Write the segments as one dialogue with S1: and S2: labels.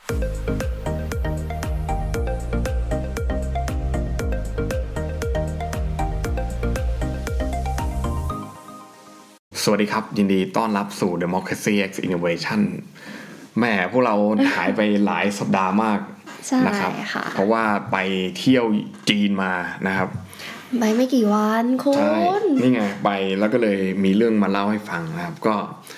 S1: สวัสดีครับยินดีต้อนรับสู่ Democracy X Innovation แหมพวกเราหายไปหลายสัปดาห์มากนะครับเพราะว่าไปเที่ยวจีนมานะครับ
S2: ไปไม่กี่วันคุณ
S1: นี่ไงไปแล้วก็เลยมีเรื่องมาเล่าให้ฟังนะครับก็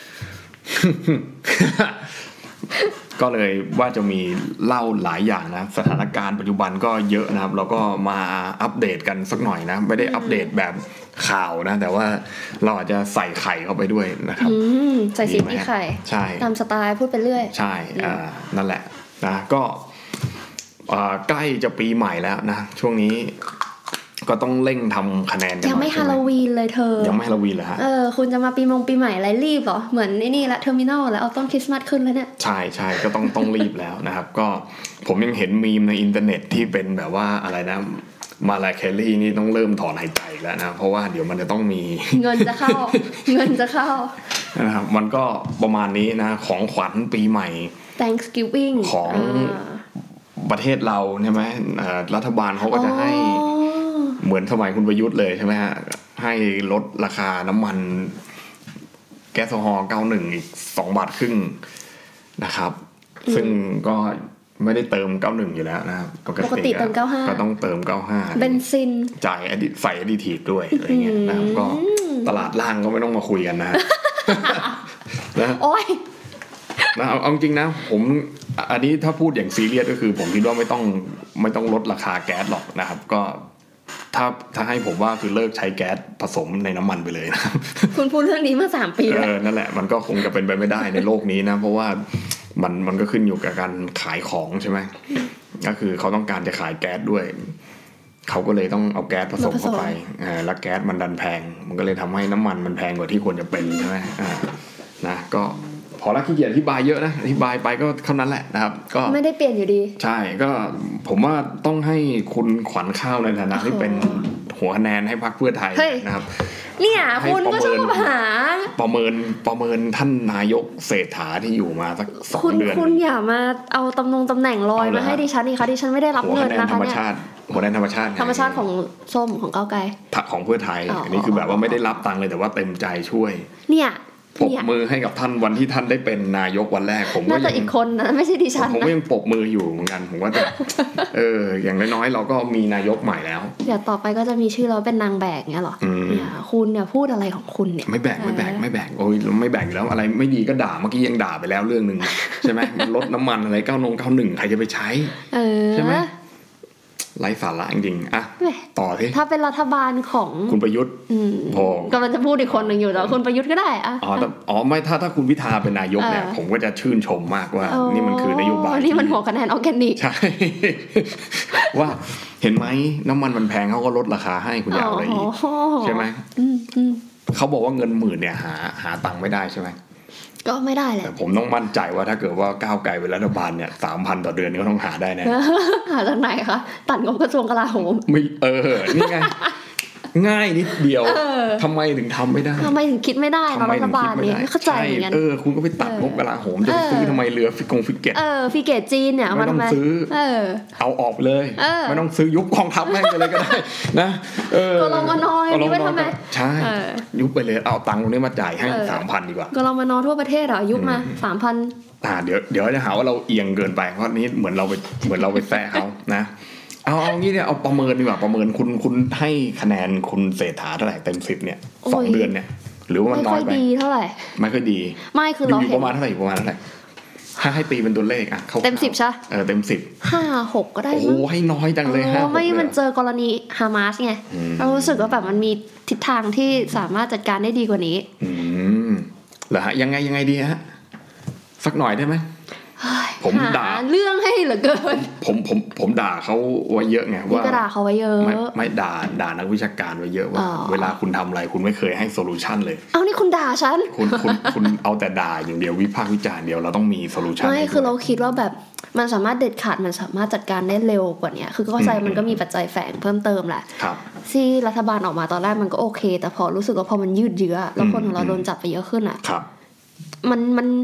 S1: ก็เลยว่าจะมีเล่าหลายอย่างนะสถานการณ์ปัจจุบันก็เยอะนะครับเราก็มาอัปเดตกันสักหน่อยนะไม่ได้อัปเดตแบบข่าวนะแต่ว่าเราอาจจะใส่ไข่เข้าไปด้วยนะครับ
S2: ใส่สีมีไข่
S1: ใช่
S2: ตามสไตล์พูดไปเรื่อย
S1: ใช่นั่นแหละนะก็ใกล้จะปีใหม่แล้วนะช่วงนี้ก็ต้องเร่งทำคะแนนกัน
S2: ยังไม่ฮาโลวีนเลยเธอ
S1: ยังไม่ฮาโลวีนเหรอฮะ
S2: คุณจะมาปีใหม่อะไรรีบเหรอเหมือนนี่ละเทอร์มินอลแล้วเอาต้นคริสต์มาสขึ้นแล้วเนี่ย
S1: ใช่ก็ต้องรีบแล้วนะครับก็ผมยังเห็นมีมในอินเทอร์เน็ตที่เป็นแบบว่าอะไรนะมาลาเคลลี่นี่ต้องเริ่มถอนหายใจแล้วนะเพราะว่าเดี๋ยวมันจะต้องมี
S2: เงินจะเข้า
S1: นะครับมันก็ประมาณนี้นะของขวัญปีใหม่
S2: Thanksgiving
S1: ของประเทศเราใช่ไหมรัฐบาลเขาก็จะให้เหมือนสมัยคุณประยุทธ์เลยใช่ไหมฮะให้ลดราคาน้ำมันแก๊สโซฮอล์91อีก2 บาทครึ่งนะครับซึ่งก็ไม่ได้เติม91อยู่แล้วนะครับ
S2: ปกติเติม95
S1: ก็ต้องเติม95
S2: เบนซิน
S1: จ่ายใส่แอดดิทีฟด้วยอะไรเงี้ยนะครับก็ตลาดล่างก็ไม่ต้องมาคุยกันนะ
S2: โอ๊ย
S1: นะเอาจริงนะผมอันนี้ถ้าพูดอย่างซีเรียสก็คือผมคิดว่าไม่ต้องลดราคาแก๊สหรอกนะครับก็ถ้าให้ผมว่าคือเลิกใช้แก๊สผสมในน้ำมันไปเลยนะ
S2: คุณพูดเรื่องนี้มา3 ปีแล้ว
S1: นั่นแหละมันก็คงจะเป็นไปไม่ได้ในโลกนี้นะเพราะว่ามันก็ขึ้นอยู่กับการขายของใช่ไหมก็คือเขาต้องการจะขายแก๊สด้วยเขาก็เลยต้องเอาแก๊สผสมเข้าไปแล้วแก๊สมันดันแพงมันก็เลยทำให้น้ำมันมันแพงกว่าที่ควรจะเป็นใช่ไหมนะก็พอละขี้เกียจอธิบายเยอะนะอธิบายไปก็เท่านั้นแหละนะครับก็
S2: ไม่ได้เปลี่ยนอยู่ดี
S1: ใช่ก็ผมว่าต้องให้คุณขวัญข้าวในฐานะที่เป็นหัวคะแนนให้พรรคเพื่อไทยนะครับ
S2: เนี่ยคุณก็ชอบหา
S1: ประเมินท่านนายกเศรษฐาที่อยู่มาสัก2 เดือน
S2: คุณอย่ามาเอาตำแหน่งลอยมาให้ดิฉันนี่ค่ะดิฉันไม่ได้รับเงินนะคะเนี่ย
S1: หัวคะแนนธรรมชาติ
S2: ของส้มของก้าวไกล
S1: ของเพื่อไทยอันนี้คือแบบว่าไม่ได้รับตังค์เลยแต่ว่าเต็มใจช่วย
S2: เนี่ย
S1: ปรบมือให้กับท่านวันที่ท่านได้เป็นนายกวันแรกผมก็
S2: น่าจะอีกคนนะไม่ใช่ดิฉัน
S1: ผมก็ยังปรบมืออยู่เหมือนกันผมว่าอย่างน้อยๆเราก็มีนายกใหม่แล้ว
S2: เดี๋ยวต่อไปก็จะมีชื่อเราเป็นนางแบกเงี้ยหรอเนี่ยคุณเนี่ยพูดอะไรของคุณเนี่ย
S1: ไม่แบกโอ้ยไม่แบกอยู่แล้วอะไรไม่ดีก็ด่าเมื่อกี้ยังด่าไปแล้วเรื่องนึงใช่ไหมมันลดน้ำมันอะไร91ใครจะไปใช้ใช่ไหมไร้สาระจริงๆอ่ะต่อสิ
S2: ถ้าเป็นรัฐบาลของ
S1: คุณประยุทธ์
S2: กำลังจะพูดอีกคนหนึ่งอยู่แล้วคุณประยุทธ์ก็ได้อ่ะ
S1: ไม่ถ้าคุณพิธาเป็นนายกเนี่ยผมก็จะชื่นชมมากว่านี่มันคือนโยบาย
S2: นี่มันหัวคะแนนออร์แกนิก
S1: ใช่ว่าเห็นไหมน้ำมันมันแพงเขาก็ลดราคาให้คุณอยากอะไรอีกใช่ไหมเขาบอกว่าเงิน10,000เนี่ยหาตังค์ไม่ได้ใช่ไหม
S2: ก็ไม่ได้แหละ
S1: แต่ผมต้องมั่นใจว่าถ้าเกิดว่าก้าวไกลเป็นรัฐบาลเนี่ย 3,000 ต่อเดือนก็ต้องหาได้แน่
S2: หาจากไหนคะตัดงบกระทรวงกลาโหม
S1: ไม่นี่ไงง่ายนิดเดียวทำไมถึงทำไม่ได้
S2: ทำไมถึงคิดไม่ได้รัฐบาลนี้เข้าใจเหมือนกัน
S1: คุณก็ไปตัดงบกลาโหมจะซื้อทำไมเรือฟิกเกต
S2: ฟิกเกตจีนเนี่ย
S1: ไม่ต้องซื้อเอาออกเลยไม่ต้องซื้อยุบกองทัพแม่งไปเลยก็ได้นะ
S2: ก็ลงมานอยนี่ไว้ทำไม
S1: ใช่ยุบไปเลยเอาตังค์ตรงนี้มาจ่ายให้ 3,000 ดีกว่า
S2: ก็ลงมานอทั่วประเทศอ่ะยุบมา 3,000
S1: เดี๋ยวจะหาว่าเราเอียงเกินไปเพราะนี้เหมือนเราไปแซะเขานะเอางี้เนี่ยเอาประเมินดีกว่าประเมินคุณให้คะแนนคุณเศรษฐาเท่าไหร่เต็ม10เนี่ย2 เดือนเนี่ยหรือว่ามันน้อยไป
S2: ไม่ค่อยดีเท่าไหร่
S1: ไม่ค่อยดี
S2: ไม่คือเราเห็น
S1: ประมาณเท่าไหร่ถ้าให้ตีเป็นตัวเลขอ่ะ
S2: เต็ม10ใช่
S1: เต็ม10
S2: 5-6ก็ได้
S1: โอ้ให้น้อยจังเลย5-6
S2: ไม่มันเจอกรณีฮามาสไงเรารู้สึกว่าแบบมันมีทิศทางที่สามารถจัดการได้ดีกว่านี้
S1: เหรอฮะยังไงดีฮะสักหน่อยได้ไหมผมด่า
S2: เรื่องให้เหลือเกิน
S1: ผมด่าเขาไว้เยอะไงว่า
S2: ก็ด่าเขาไว้เยอะ
S1: ไม่ด่านักวิชาการไว้เยอะว่าเวลาคุณทำอะไรคุณไม่เคยให้โซลูชันเลย
S2: เอานี่คุณด่าฉัน
S1: คุณเอาแต่ด่าอย่างเดียววิพากษ์วิจารณ์เดียวเราต้องมีโซลูชัน
S2: ไม่คือเราคิดว่าแบบมันสามารถเด็ดขาดมันสามารถจัดการได้เร็วกว่านี้คือเข้าใจมันก็มีปัจจัยแฝงเพิ่มเติมแหละที่รัฐบาลออกมาตอนแรกมันก็โอเคแต่พอรู้สึกว่าพอมันยืดเยื้อแล้วคนของเราโดนจับไปเยอะขึ้นอ่ะ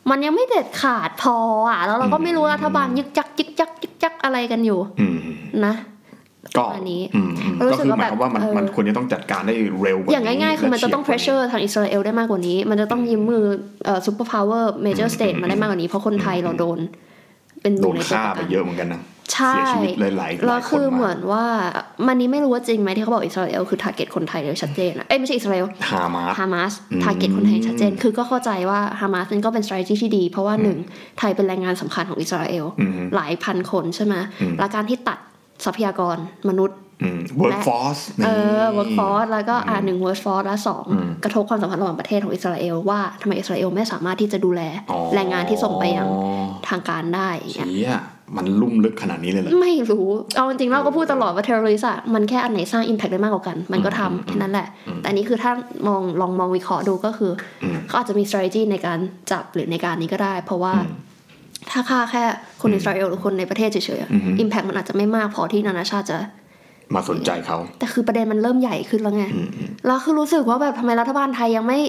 S2: มันยังไม่เด็ดขาดพออ่ะแล้วเราก็ไม่รู้รัฐบาลยึกยักอะไรกันอยู่นะ
S1: ก็อันนี้ก็คือหมายความว่ามันควรจะต้องจัดการได้เร็วกว่านี้
S2: อย่างง่ายๆคือมันจะต้อง pressure ทางอิสราเอลได้มากกว่านี้มันจะต้องยืมมือsuper power major state มาได้มากกว่านี้เพราะคนไทยเราโดนเป็น
S1: โดนฆ่าไปเยอะเหมือนกันนะ
S2: เสียชีวิต
S1: หลาย
S2: แล้วคือเหมือนว่ามันนี้ไม่รู้ว่าจริงไหมที่เขาบอกอิสราเอลคือ target คนไทยเลยชัดเจนนะไม่ใช่อิสราเอลฮามาส target คนไทยชัดเจนคือก็เข้าใจว่าฮามาสนั่นก็เป็น strategy ที่ดีเพราะว่า1ไทยเป็นแรงงานสำคัญของอิสราเอลหลายพันคนใช่ไหมและการที่ตัดทรัพยากรมนุษย์
S1: workforce
S2: workforce แล้วก็1 workforce และ2กระทบความสัมพันธ์ระหว่างประเทศของอิสราเอลว่าทำไมอิสราเอลไม่สามารถที่จะดูแลแรงงานที่ส่งไปยังทางการได้อย่างเงี้ย
S1: มันลุ่มลึกขนาดนี้เลยเหรอ
S2: ไม่รู้เอาจริงๆเราก็พูดตลอดว่า terrorist อะมันแค่อันไหนสร้าง impact ได้มากกว่ากันมันก็ทำแค่นั้นแหละแต่นี้คือถ้าลองมองวิเคราะห์ดูก็คือเขาอาจจะมี strategy ในการจับหรือในการนี้ก็ได้เพราะว่าถ้าฆ่าแค่คนอิสราเอลหรือคนในประเทศเฉยๆ impact มันอาจจะไม่มากพอที่นานาชาติจะ
S1: มาสนใจเขา
S2: แต่คือประเด็นมันเริ่มใหญ่ขึ้นแล้วไงแล้วคือรู้สึกว่าแบบทำไมรัฐบาลไทยยังมัน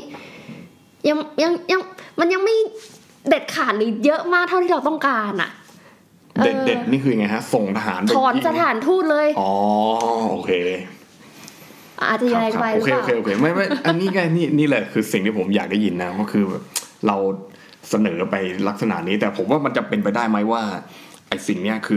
S2: ยังไม่เด็ดขาดหรือเยอะมากเท่าที่เราต้องการอ่ะ
S1: เด็ดนี่คือไงฮะส่งทหาร
S2: ถอนสถานทูตเลย
S1: อ๋อโอเค
S2: อาจจะยังไงไป
S1: โอเคไม่อันนี้ไงนี่แหละคือสิ่งที่ผมอยากได้ยินนะก็คือเราเสนอไปลักษณะนี้แต่ผมว่ามันจะเป็นไปได้ไหมว่าไอ้สิ่งเนี้ย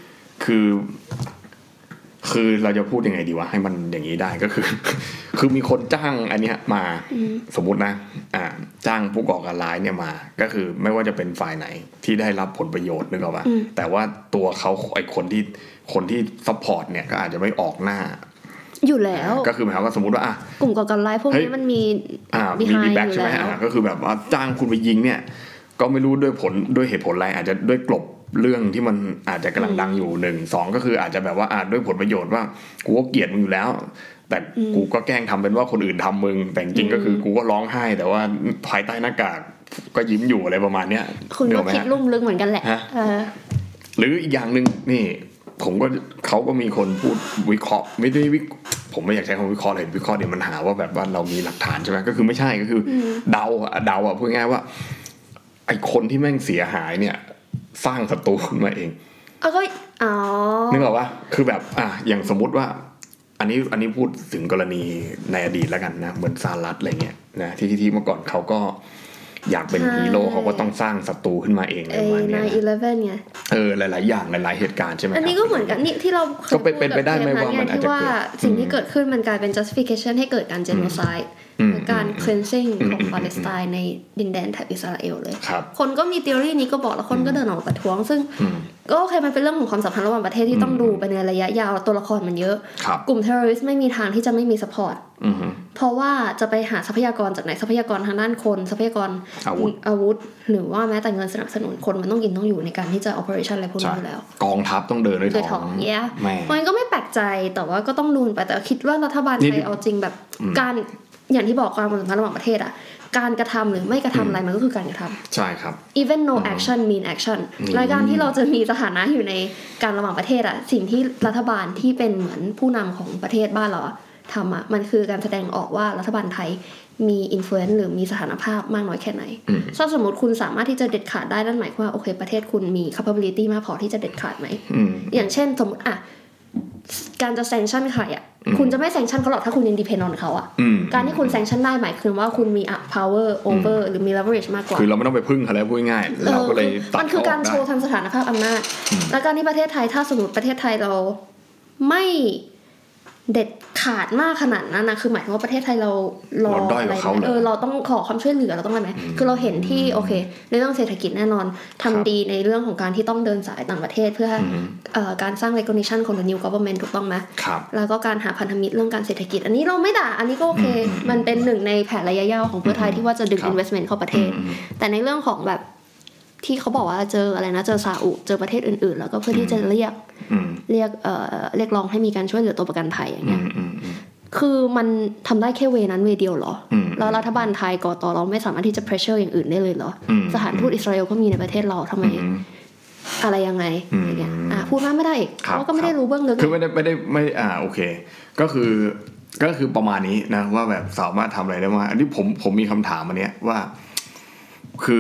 S1: คือเราจะพูดยังไงดีวะให้มันอย่างนี้ได้ก็คือมีคนจ้างอันเนี้ยมาสมมุตินะจ้างผู้ก่อการร้ายเนี่ยมาก็คือไม่ว่าจะเป็นฝ่ายไหนที่ได้รับผลประโยชน์นึกออกป่ะแต่ว่าตัวเขาไอ้คนที่ซัพพอร์ตเนี่ยก็อาจจะไม่ออกหน้า
S2: อยู่แล้ว
S1: ก็คือหมายความว่าสมมุติว่าก
S2: ลุ่มก่อการร้ายพวกนี้มันมี
S1: แบ็คใช่ไหมก็คือแบบว่าจ้างคุณไปยิงเนี่ยก็ไม่รู้ด้วยเหตุผลอะไรอาจจะด้วยกลบเรื่องที่มันอาจจะกำลังดังอยู่1 2ก็คืออาจจะแบบว่าด้วยผลประโยชน์ว่ากูก็เกลียดมึงอยู่แล้วแต่กูก็แกล้งทำเป็นว่าคนอื่นทำมึงแต่จริงก็คือกูก็ร้องไห้แต่ว่าภายใต้หน้ากากก็ยิ้มอยู่อะไรประมาณเนี้ย
S2: คุณก็คิดลุ่มลึกเหมือนกันแหละ
S1: หรืออีกอย่างนึงนี่เขาก็มีคนพูดวิเคราะห์ไม่ได้ผมไม่อยากใช้คำวิเคราะห์เลยวิเคราะห์เดี๋ยวมันหาว่าแบบว่าเรามีหลักฐานใช่ไหมก็คือไม่ใช่ก็คือเดาพูดง่ายว่าไอคนที่แม่งเสียหายเนี่ยสร้างศัตรูขึ้นมาเอง
S2: ก็
S1: นึกออกป่ะคือแบบอย่างสมมุติว่าอันนี้พูดถึงกรณีในอดีตแล้วกันนะเหมือนสหรัฐอะไรเงี้ยนะที่เมื่อก่อนเขาก็อยากเป็นฮีโร่เขาก็ต้องสร้างศัตรูขึ้นมาเองอะไรประมาณนี้
S2: 9/11ไง
S1: หลายๆอย่างหลายๆเหตุการณ์ใช่ไหม
S2: อันนี้ก็เหมือนกันนี่ที่เรา
S1: ก็เป็นไปได้ไหมว่ามันอาจจะเกิด
S2: สิ่งที่เกิดขึ้นมันกลายเป็น justification ให้เกิดการ genocide การ cleansing ของปาเลสไตน์ในดินแดนแถบอิสราเอลเลยคนก็มี theory นี้ก็บอกแล้วคนก็เดินออกมาประท้วงซึ่งก็โอเคมันเป็นเรื่องของความสัมพันธ์ระหว่างประเทศที่ต้องดูไปในระยะยาวตัวละครมันเยอะกลุ่ม terrorist ไม่มีทางที่จะไม่มี support เพราะว่าจะไปหาทรัพยากรจากไหนทรัพยากรทางด้านคนทรัพยากรอาวุธหรือว่าแม้แต่เงินสนับสนุนคนมันต้องกินต้องอยู่ในการที่จะ operation อะไรพวกนี้อยู่แล้ว
S1: กองทัพต้องเดินด้วยท้อง
S2: มันก็ไม่แปลกใจแต่ว่าก็ต้องดูไปแต่คิดว่ารัฐบาลไทยเอาจริงแบบการอย่างที่บอกความสัมพันธ์ระหว่างประเทศการกระทำหรือไม่กระทำอะไรมันก็คือการกระทำ
S1: ใช่ครับ
S2: even no action mean action รายการที่เราจะมีสถานะอยู่ในการระหว่างประเทศสิ่งที่รัฐบาลที่เป็นเหมือนผู้นำของประเทศบ้านเราทำมันคือการแสดงออกว่ารัฐบาลไทยมี influence หรือมีสถานภาพมากน้อยแค่ไหนถ้าสมมติคุณสามารถที่จะเด็ดขาดได้นั่นหมายความว่าโอเคประเทศคุณมี capability มากพอที่จะเด็ดขาดไหมอย่างเช่นสมมติการจะ sanction ใครคุณจะไม่ sanction เขาหรอกถ้าคุณยัง depend on เขาการที่คุณ sanction ได้หมายคือว่าคุณมี power over หรือมี leverage มากกว่า
S1: คือเราไม่ต้องไปพึ่งเขาแล้วพูดง่ายเราก็เลย
S2: มันคือการโชว์ทางสถานภาพอำนาจและการที่ประเทศไทยถ้าสมมติประเทศไทยเราไม่เด็ดขาดมากขนาดนั้นนะคือหมายถึงว่าประเทศไทยเรา
S1: อะไร
S2: เราต้องขอความช่วยเหลือเราต้องอะไรไหมคือเราเห็นที่โอเคในเรื่องเศรษฐกิจแน่นอนทำดีในเรื่องของการที่ต้องเดินสายต่างประเทศเพื่อการสร้าง recognition ของ the new government ถูกต้องไหมแล้วก็การหาพันธมิตรเรื่องการเศรษฐกิจอันนี้เราไม่ด่าอันนี้ก็โอเคมันเป็นหนึ่งในแผนระยะยาวของเพื่อไทยที่ว่าจะดึง investment เข้าประเทศแต่ในเรื่องของแบบที่เขาบอกว่าเจออะไรนะเจอซาอุเจอประเทศอื่นๆแล้วก็เพื่อที่จะเรียกร้องให้มีการช่วยเหลือตัวประกันภัยอย่างเงี้ยคือมันทำได้แค่เวนั้นเวเดียวเหรอแล้วรัฐบาลไทยกตเราไม่สามารถที่จะ pressure อย่างอื่นได้เลยเหรอสถานทูตอิสราเอลก็มีในประเทศเราทำไมอะไรยังไงอย่างเงี้ยพูดมากไม่ได้เพราะก็ไม่ได้รู้เบื้องลึก
S1: คือไม่โอเคก็คือประมาณนี้นะว่าแบบสามารถทำอะไรได้มาอันนี้ผมมีคำถามอันเนี้ยว่าคือ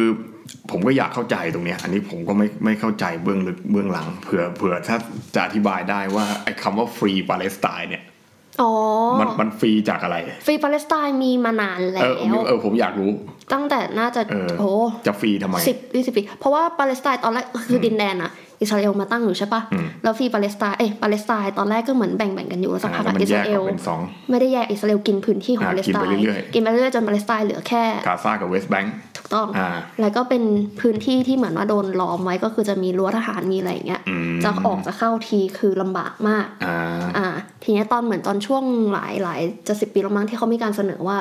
S1: ผมก็อยากเข้าใจตรงเนี้ยอันนี้ผมก็ไม่เข้าใจเบื้องลึกเบื้องหลังเผื่อถ้าจะอธิบายได้ว่าไอ้คำว่าฟรีปาเลสไตน์เนี่ยมันฟรีจากอะไร
S2: ฟรีปาเลสไตน์มีมานานแล้ว
S1: ผมอยากรู้
S2: ตั้งแต่น่าจะ
S1: จะฟรีทำไม
S2: 10-20 ปีเพราะว่าปาเลสไตน์ตอนแรกคือดินแดนอะอิสราเอลมาตั้งอยู่ใช่ปะแล้วฟรีปาเลสไตน์ปาเลสไตน์ตอนแรกก็เหมือนแบ่งกันอยู่สักพักอิสราเอลไม่ได้แยกอิสราเอลกินพื้นที่ของปาเลสไตน์กินไปเรื่อยจนปาเลสไตน์เหลือแค่
S1: กาซากับเวสต์แบงค์
S2: ถูกต้องแล้วก็เป็นพื้นที่ที่เหมือนว่าโดนล้อมไว้ก็คือจะมีรั้วทหารมีอะไรอย่างเงี้ยจะออกจะเข้าทีคือลำบากมากทีนี้ตอนช่วงหลายจะ10 ปีแล้วมั้งที่เขามีการเสนอว่า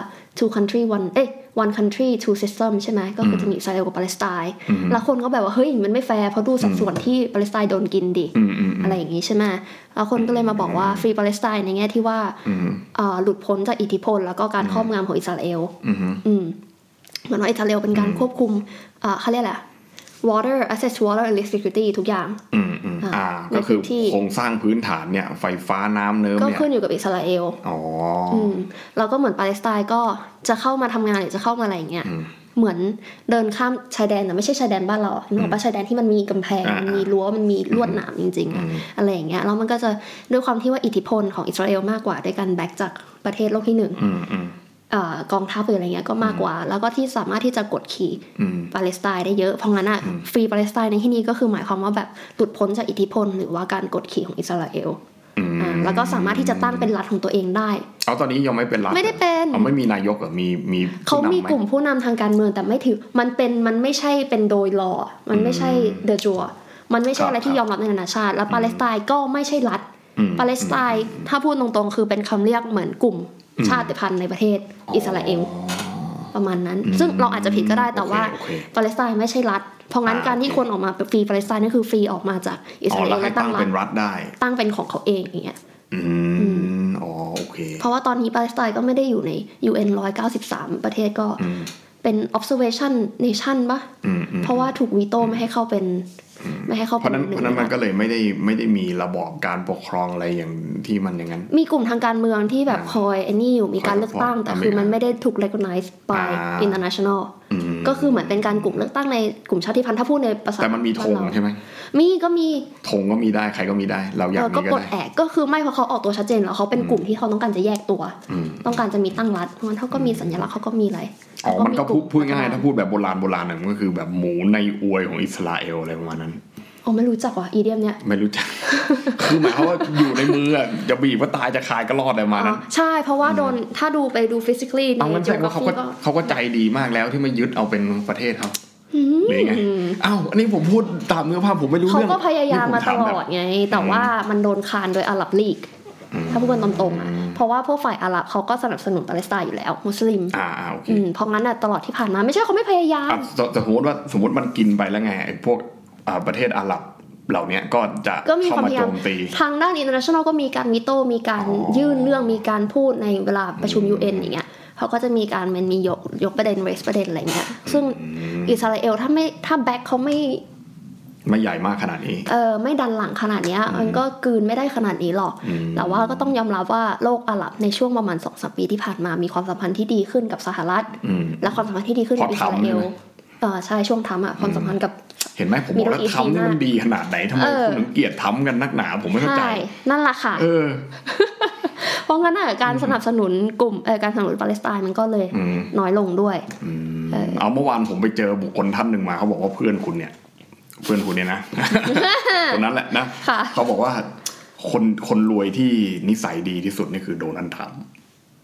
S2: one country two system ใช่ไหมก็คือจะมีอิสราเอลกับปาเลสไตน์แล้วคนก็แบบว่าเฮ้ยมันไม่แฟร์เพราะดูสัดส่วนที่ปาเลสไตน์โดนกินดิอะไรอย่างงี้ใช่ไหมแล้วคนก็เลยมาบอกว่าฟรีปาเลสไตน์ในแง่ที่ว่าหลุดพ้นจากอิทธิพลแล้วก็การครอบงำของอิสราเอลเหมือนว่าอิสราเอลเป็นการควบคุมเขาเรียกอะไร water access to water and electricity ทุกอย่าง
S1: ก็คือโครงสร้างพื้นฐานเนี่ยไฟฟ้าน้ำเนิ้มเนี่ย
S2: ก็ขึ้นอยู่กับอิสราเอลแล้วก็เหมือนปาเลสไตน์ก็จะเข้ามาทำงานหรือจะเข้ามาอะไรอย่างเงี้ยเหมือนเดินข้ามชายแดนแต่ไม่ใช่ชายแดนบ้านเรานึกออกป่ะชายแดนที่มันมีกำแพงมันมีรั้วมันมีลวดหนามจริงๆอะไรอย่างเงี้ยแล้วมันก็จะด้วยความที่ว่าอิทธิพลของอิสราเอลมากกว่าด้วยการแบ็กจากประเทศโลกที่1กองทัพหรืออะไรเงี้ยก็มากกว่าแล้วก็ที่สามารถที่จะกดขี่ปาเลสไตน์ได้เยอะเพราะงั้นฟรีปาเลสไตน์ในที่นี้ก็คือหมายความว่าแบบหลุดพ้นจากอิทธิพลหรือว่าการกดขี่ของอิสราเอลแล้วก็สามารถที่จะตั้งเป็นรัฐของตัวเองได้
S1: ตอนนี้ยังไม่เป็นรัฐ
S2: ไม่ได้เป็น
S1: ไม่มีนายกหรอมี
S2: เขามีกลุ่มผู้นำทางการเมืองแต่ไม่ถือมันไม่ใช่เป็นโดยลอมันไม่ใช่เดอจัวมันไม่ใช่อะไรที่ยอมรับในนานาชาติแล้วปาเลสไตน์ก็ไม่ใช่รัฐปาเลสไตน์ถ้าพูดตรงๆคือเป็นคำเรียกเหมือนกลุ่มชาติพันธุ์ในประเทศอิสราเอลประมาณนั้นซึ่งเราอาจจะผิดก็ได้แต่ว่าปาเลสไตน์ไม่ใช่รัฐเพราะงั้นการที่คนออกมาฟรีปาเลสไตน์นั่นคือฟรีออกมาจากอิสราเอลแล้วตั้ง
S1: เป็นรัฐได้
S2: ตั้งเป็นของเขาเองอย่างเงี้ย
S1: โอเค
S2: เพราะว่าตอนนี้ปาเลสไตน์ก็ไม่ได้อยู่ใน UN 193ประเทศก็เป็น observation nation ป่ะเพราะว่าถูกวีโต้ไม่ให้เข้าเป็น
S1: เพราะนั้นมันก็เลยไม่ได้มีระบอบการปกครองอะไรอย่างที่มันอย่างนั้น
S2: มีกลุ่มทางการเมืองที่แบบคอยอยู่มีการเลือกตั้งแต่คือมันไม่ได้ถูก recognize by international ก็คือเหมือนเป็นการกลุ่มเลือกตั้งในกลุ่มชาติพันธุ์ถ้าพูดในภาษา
S1: แต่มันมีธงใช่ไหม
S2: ก็มี
S1: ธงก็มีได้ใครก็มีได้เราอยากมีก็ได้
S2: ก็คือไม่เพราะเขาออกตัวชัดเจนแล้วเขาเป็นกลุ่มที่เขาต้องการจะแยกตัวต้องการจะมีตั้งรัฐเพราะงั้นเขาก็มีสัญลักษณ์เขาก็มีอะไร
S1: มันก็พูดง่ายถ้าพูดแบบโบราณน่ะมันก็คือแบบหมูในอวยของอิสราเอลอะไรประมาณนั้น
S2: ไม่รู้จักว่ะอีเดียมเนี่ย
S1: ไม่รู้จัก คือหมายความว่าอยู่ในมือจะบีบว่าตายจะคายก็รอดอะไรมานั้น
S2: ใช่เพราะว่าถ้าไปดู physically ใน
S1: จิโกราฟีเขาก็ใจดีมากแล้วที่มายึดเอาเป็นประเทศเขาหรือไงอันนี้ผมพูดตามเนื้อผ้าผมไม่รู้เรื่อง
S2: เขาก็พยายามมาตลอดไงแต่ว่ามันโดนคานโดยอาหรับลีกถ้าพูดกันตรงๆเพราะว่าพวกฝ่ายอาหรับเขาก็สนับสนุนปาเลสไตน์อยู่แล้วมุสลิมเพราะงั้นตลอดที่ผ่านมาไม่ใช่เขาไม่พยายาม
S1: แต่สมมติมันกินไปแล้วไงพวกประเทศอาหรับเหล่านี้ก็จะเข้ามาโจมตี
S2: ทางด้าน international ก็มีการวีโต้มีการยื่นเรื่องมีการพูดในเวลาประชุม UN อย่างเงี้ยเขาก็จะมีการมียกประเด็น raise ประเด็นอะไรเงี้ยซึ่งอิสราเอลถ้าแบ็คเขา
S1: ไม่ใหญ่มากขนาดนี้
S2: ไม่ดันหลังขนาดนี้มันก็กืนไม่ได้ขนาดนี้หรอกแต่ว่าก็ต้องยอมรับว่าโลกอาหรับในช่วงประมาณ 2-3 ปีที่ผ่านมามีความสัมพันธ์ที่ดีขึ้นกับสหรัฐและความสัมพันธ์ที่ดีขึ้นกับอิสราเอลใช่ช่วงทำความสัมพันธ์กับ
S1: เห็นไหมผมบอกแล้วทำนี่มันดีขนาดไหนทำไมคุณถึงเกลียดทำกันนักหนาผมไม่เข้าใจ
S2: นั่นแหละค่ะเพราะงั้นการสนับสนุนกลุ่มการสนับสนุนปาเลสไตน์มันก็เลยน้อยลงด้วย
S1: เมื่อวานผมไปเจอบุคคลท่านหนึ่งมาเขาบอกว่าเพื่อนคุณเนี่ยนะ คนนั้นแหละนะเขาบอกว่าคนรวยที่นิสัยดีที่สุดนี่คือโดนัลด์ทรัมป์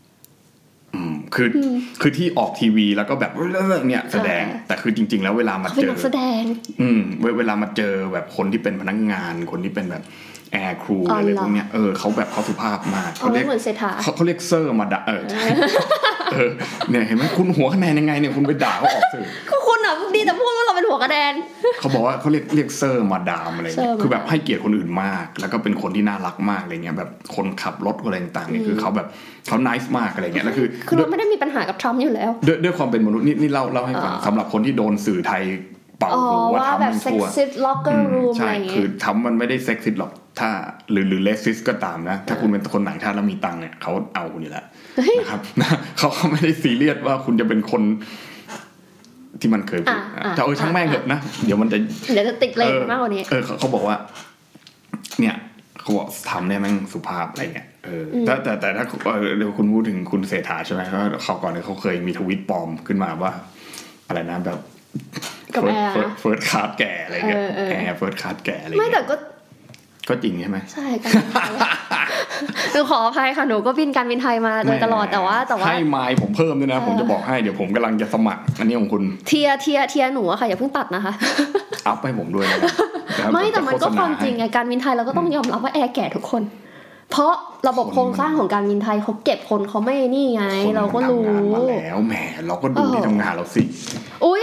S1: คือที่ออกทีวีแล้วก็แบบเนี่ยแสดงแต่คือจริงๆแล้วเวลามาเจอ
S2: แสดง
S1: เวลามาเจอแบบคนที่เป็นพนักงานคนที่เป็นแบบแอร์ครูอะไรพวกเนี้ยเขาแบบเขาสุภาพมาก
S2: เขาเรียก
S1: เขาเรียกเซอร์มาด่าเนี่ยเห็นไหมคุณหัวคะแนนยังไงเนี่ยคุณไปด่าเขาออกสื่อ
S2: ก็คุณดีแต่พูดว่าเราเป็นหัวคะแนน
S1: เขาบอกว่าเขาเรียกเซอร์มาดามอะไรเงี้ยคือแบบให้เกียรติคนอื่นมากแล้วก็เป็นคนที่น่ารักมากอะไรเงี้ยแบบคนขับรถอะไรต่างๆนี่คือเขาแบบเขาไนซ์มากอะไรเงี้ยแล้ว
S2: คือเราไม่ได้มีปัญหากับทรัมป์อยู่แล้ว
S1: ด้วยความเป็นมนุษย์นี่เล่าให้ฟังสำหรับคนที่โดนสื่อไทยเป่าหูว่าทำมันชั่วใช่คือทำมันไม่ได้เซ็กซิสหรอกถ้าหรือเลสซิสก็ตามนะถ้าคุณเป็นคนต่างชาติแล้วมีตังค์เนี่ยเขาเอาคุณอยู่แล้วนะครับเขาไม่ได้ซีเรียสว่าคุณจะเป็นคนที่มันเคยพูดจะช่างแม่งเถอะนะเดี๋ยวจะ
S2: ติดเลยมากกว่านี้
S1: เขาบอกว่าเนี่ยเขาบอกทำได้แม่งสุภาพอะไรเงี้ยแต่ถ้าเดี๋ยวคุณพูดถึงคุณเศรษฐาใช่ไหมเขาก่อนเนี่ยเขาเคยมีทวิตปลอมขึ้นมาว่าอะไรนะแบบเฟิร์สคลาสแก่อะไรเงี้ยแอร์เฟิร์สคลาสแก่อะไรไม่
S2: แต่
S1: ก็จริงใช่ไหม
S2: ใช่กันหนูขออภัยค่ะหนูก็บินการบินไทยมาโดยตลอดแต่ว่า
S1: ให้ไมล์ผมเพิ่มด้วยนะผมจะบอกให้เดี๋ยวผมกำลังจะสมัครอันนี้ของคุณ
S2: เทียหนูอะค่ะอย่าเพิ่งตัดนะคะ
S1: อัพให้ผมด้วยนะ
S2: ไม่แต่มันก็ความจริงไงการบินไทยเราก็ต้องยอมรับว่าแอร์แก่ทุกคนเพราะระบบโครงสร้างของการบินไทยเขาเก็บคนเขาไม่นี่ไงเราก็รู้
S1: มาแล้วแหมเราก็ดูที่ทำงานเราสิ
S2: อุ๊ย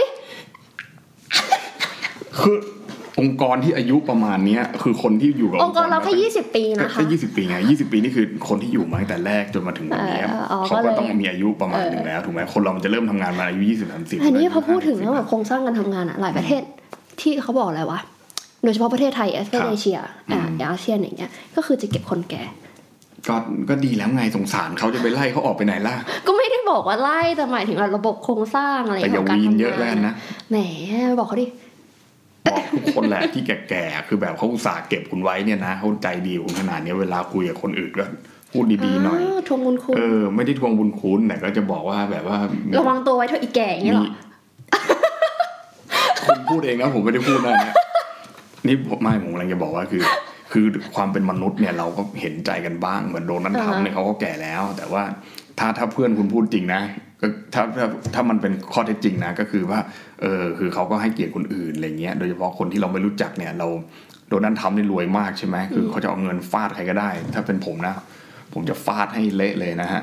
S1: คือองค์กรที่อายุประมาณนี้คือคนที่อยู่กับ
S2: องค์กรเราแค่20 ปีนะคะ
S1: แค่20 ปีไง20 ปีนี่คือคนที่อยู่มาตั้งแต่แรกจนมาถึงวันนี้เขาก็ต้องมีอายุประมาณนึงแล้วถูกไหมคนเรามันจะเริ่มทำงานมาอายุ20-30
S2: อันนี้พอพูดถึงเรื่องแบบโครงสร้างการทำงานอะหลายประเทศที่เขาบอกอะไรวะโดยเฉพาะประเทศไทยเอเชียอาเซียนอย่างเงี้ยก็คือจะเก็บคนแก่
S1: ก็ดีแล้วไงสงสารเขาจะไปไล่เขาออกไปไหนล่ะ
S2: ก็ไม่ได้บอกว่าไล่แต่หมายถึงระบบโครงสร้างอะไร
S1: ของการทำงานเยอะแล้วนะ
S2: แหมบอกเขาดิ
S1: บอกทุกคนแหละที่แก่ๆคือแบบเขาอุตส่าห์เก็บคุณไว้เนี่ยนะเขาใจดีคุณขนาดนี้เวลาคุยกับคนอื่นก็พูดดีๆหน่อย
S2: ทวงบุญคุณ
S1: ไม่ได้ทวงบุญคุณแต่ก็จะบอกว่าแบบว่า
S2: ระวังตัวไว้เถอะอีแก่อย่างเงี้ยหรอ
S1: คุณพูดเองนะผมไม่ได้พูดนะเนี่ยนี่ผมกำลังจะบอกว่าคือความเป็นมนุษย์เนี่ยเราก็เห็นใจกันบ้างเหมือนโดนนั้นทำเนี่ยเขาก็แก่แล้วแต่ว่าถ้าเพื่อนคุณพูดจริงนะก็ถ้ามันเป็นข้อเท็จจริงนะก็คือว่าคือเขาก็ให้เกียรติคนอื่นอะไรเงี้ยโดยเฉพาะคนที่เราไม่รู้จักเนี่ยเราโดนนั้นทำนี่รวยมากใช่ไหมคือเขาจะเอาเงินฟาดใครก็ได้ถ้าเป็นผมนะผมจะฟาดให้เละเลยนะฮะ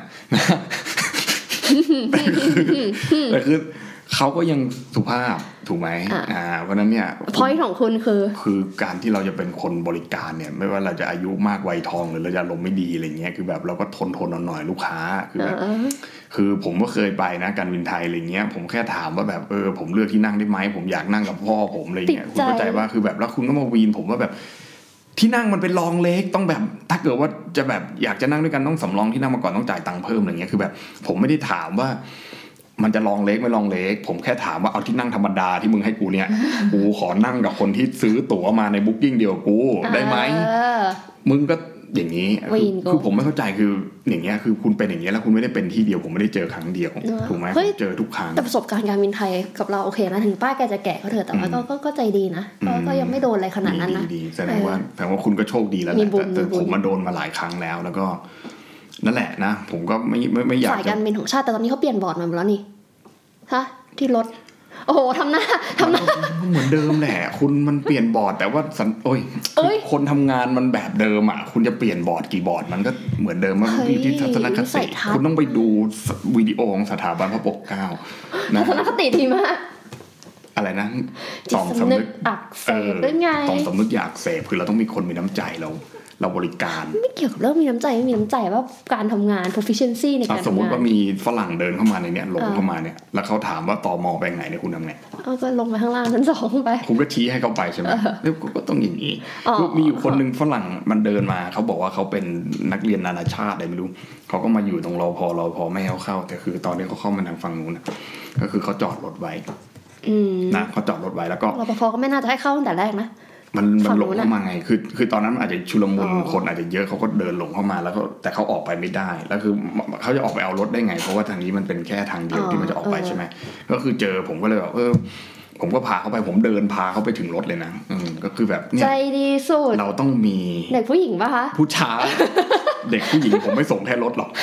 S1: แต่คือเขาก็ยังสุภาพถูกไหมเพราะนั้นเนี่ย
S2: point ของคุณ
S1: คือการที่เราจะเป็นคนบริการเนี่ยไม่ว่าเราจะอายุมากวัยทองหรือเราจะอารมณ์ไม่ดีอะไรเงี้ยคือแบบเราก็ทนหน่อยลูกค้าคือแบบคือผมก็เคยไปนะการบินไทยอะไรเงี้ยผมแค่ถามว่าแบบผมเลือกที่นั่งได้ไหมผมอยากนั่งกับพ่อผมอะไรเงี้ยคุณเข้าใจว่าคือแบบแล้วคุณก็มาวีนผมว่าแบบที่นั่งมันเป็นรองเล็กต้องแบบถ้าเกิดว่าจะแบบอยากจะนั่งด้วยกันต้องสำรองที่นั่งมาก่อนต้องจ่ายตังค์เพิ่มอะไรเงี้ยคือแบบผมไม่ได้ถามว่ามันจะลองเล็กไม่ลองเล็กผมแค่ถามว่าเอาที่นั่งธรรมดาที่มึงให้กูเนี่ยกูขอนั่งกับคนที่ซื้อตั๋วมาในบุ๊กิ้งเดียวกูได้ไหมมึงก็อย่างนี้คือผมไม่เข้าใจคืออย่างเงี้ยคือคุณเป็นอย่างเงี้ยแล้วคุณไม่ได้เป็นที่เดียวผมไม่ได้เจอครั้งเดียวถูกไหมเจอทุกครั้ง
S2: แต่ประสบการณ์การบินไทยกับเราโอเคนะถึงป้าแกจะแก่ก็เถอะแต่ว่าก็ใจดีนะก็ยังไม่โดนอะไรขนาดนั้นนะ
S1: ดีแสดงว่าคุณก็โชคดีแล้วแต่ผมมาโดนมาหลายครั้งแล้วก็นั่นแหละนะผมก็ไม่อยาก
S2: สายการบินของชาติแต่ตอนนี้เขาเปลี่ยนบอร์ดมาหมดแล้วนี่ฮะที่รถโอ้โหทำหน้า
S1: เหมือนเดิมแหละคุณมันเปลี่ยนบอร์ดแต่ว่าคนทำงานมันแบบเดิมอ่ะคุณจะเปลี่ยนบอร์ดกี่บอร์ดมันก็เหมือนเดิมมันอยู่ที่ทัศนคติคุณต้องไปดูวิดีโอของสถาบันพระปกเกล้า
S2: ทัศนคติดีมาก
S1: อะไรนะ
S2: ต่อมสำนึกอักเสบเป็นไง
S1: ต่อมสำนึกอยากเสพคือเราต้องมีคนมีน้ำใจเราบริการ
S2: ไม่เกี่ยวกับเรื่องมีน้ำใจไม่มีน้ำใจว่าการทำงาน proficiency ในการทำงาน
S1: สมมติว่ามีฝรั่งเดินเข้ามาในเนี้ยลงเข้ามาเนี่ยแล้วเขาถามว่าตม.ไปไหนเนี่ยคุณทำไง
S2: ก็ลงไปข้างล่างชั้น2ไป
S1: คุณก็ชี้ให้เขาไปใช่ไหมแล้วก็ต้องอย่างนี้มีอยู่คนนึงฝรั่งมันเดินมาเขาบอกว่าเขาเป็นนักเรียนนานาชาติอะไรไม่รู้เขาก็มาอยู่ตรงรพไม่ให้เขาเข้าแต่คือตอนนี้เขาเข้ามาทางฝั่งนู้นก็คือเขาจอดรถไว้นะเขาจอดรถไว้แล้วก็
S2: รปภก็ไม่น่าจะให้เข้าตั้งแต่แรกนะ
S1: มันหลงเข้ามาไงคือตอนนั้นอาจจะชุลมุนคนอาจจะเยอะเขาก็เดินหลงเข้ามาแล้วก็แต่เขาออกไปไม่ได้แล้วคือเขาจะออกไปเอารถได้ไงเพราะว่าทางนี้มันเป็นแค่ทางเดียวที่มันจะออกไปใช่ไหมก็คือเจอผมก็เลยแบบผมก็พาเขาไปผมเดินพาเขาไปถึงรถเลยนะก็คือแบบ
S2: ใจดีสุด
S1: เราต้องมี
S2: เด็กผู้หญิงป่ะคะ
S1: ผู้ชายเด็กผู้หญิงผมไม่ส่งแค่รถหรอก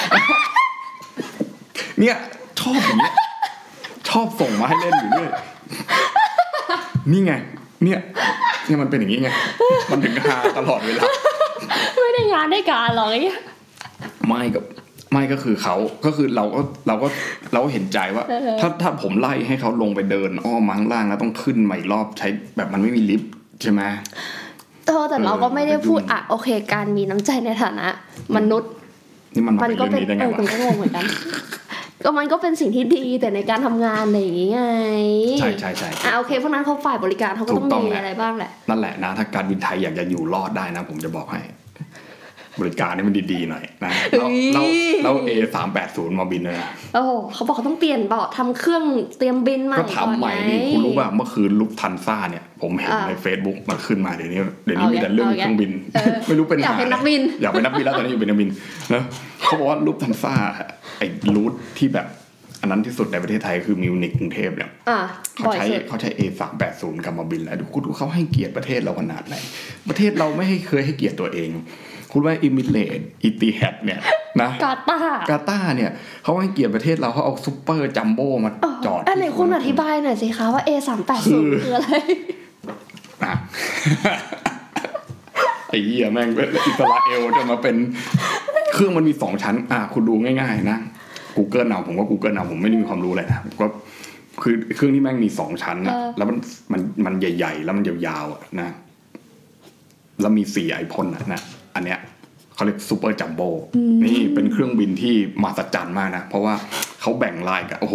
S1: เนี่ยชอบอย่างนี้ชอบส่งมาให้เล่นอยู่เนี่ยนี่ไงเนี่ยมันเป็นอย่างนี้ไงมันถึงฮาตลอดเวลา
S2: ไม่ได้งานได้การหรอกเนี่ย
S1: ไม่ก็คือเขาก็คือเราเห็นใจว่าถ้าผมไล่ให้เขาลงไปเดินอ้อมข้างล่างแล้วต้องขึ้นใหม่รอบใช้แบบมันไม่มีลิฟต์ใช่ไหม
S2: แต่เราก็ไม่ได้พูดโอเคการมีน้ำใจในฐานะมนุษย์
S1: นี่มันก็เป็น
S2: คุณก็งงเหมือนกันก็มันก็เป็นสิ่งที่ดีแต่ในการทำงานอะไรอย่างงี้ไง
S1: ใช่
S2: โอเคเพราะนั้นเขาฝ่ายบริการเขาก็ต้องมีอะไรบ้างแหละ
S1: นั่นแหละนะถ้าการบินไทยอยากจะอยู่รอดได้นะผมจะบอกให้บริการนี่มันดีๆหน่อยนะแล้ว A380 มาบินเลยนะ
S2: โอ้เขาบอกเขาต้องเปลี่ยนเบาะทำเครื่องเตรียมบินใหม่
S1: ก็ทำใหม่นี่คุณรู้ป่ะเมื่อคืนลุกทันซ่าเนี่ยผมเห็นใน Facebook มันขึ้นมาเดี๋ยวนี้มีแต่เรื่องเครื่องบินไม่รู้เป็น
S2: อยากเป็นนักบิน
S1: แล้วตอนนี้อยู่เป็นนักบินนะเขาบอกว่าลุกทันซ่าไอ้รูทที่แบบอันนั้นที่สุดในประเทศไทยคือมิวนิกกรุงเทพเนี่ยเขาใช้ A380 กลับมาบินแล้วคุณดูเขาให้เกียรติประเทศเราขนาดไหนประเทศเราไม่เคยให้เกียรติตัวเองคุณว่าอิมิเรตอิติฮัดเนี่ยนะ
S2: กา
S1: ตาร์เนี่ยเขาให้เกียรติประเทศเราเขาเอาซุปเปอร์จัมโบ้มาจอด
S2: อันไหนคุณอธิบายหน่อยสิคะว่า A380 คืออะไร
S1: ไอ้เหี้ยแม่งอิสราเอลจะมาเป็นเครื่องมันมี2ชั้นคุณดูง่ายๆนะ Google เอาผมว่า Google เอาผมไม่ได้มีความรู้อะไรนะก็คือเครื่องที่แม่งมี2ชั้นนะแล้วมันใหญ่ๆแล้วมันยาวๆนะแล้วมี4ไอพ่นนะอันเนี้ยเขาเรียกซูเปอร์จัมโบ้นี่เป็นเครื่องบินที่มหัศจรรย์มากนะเพราะว่าเขาแบ่งลายกันโอ้โห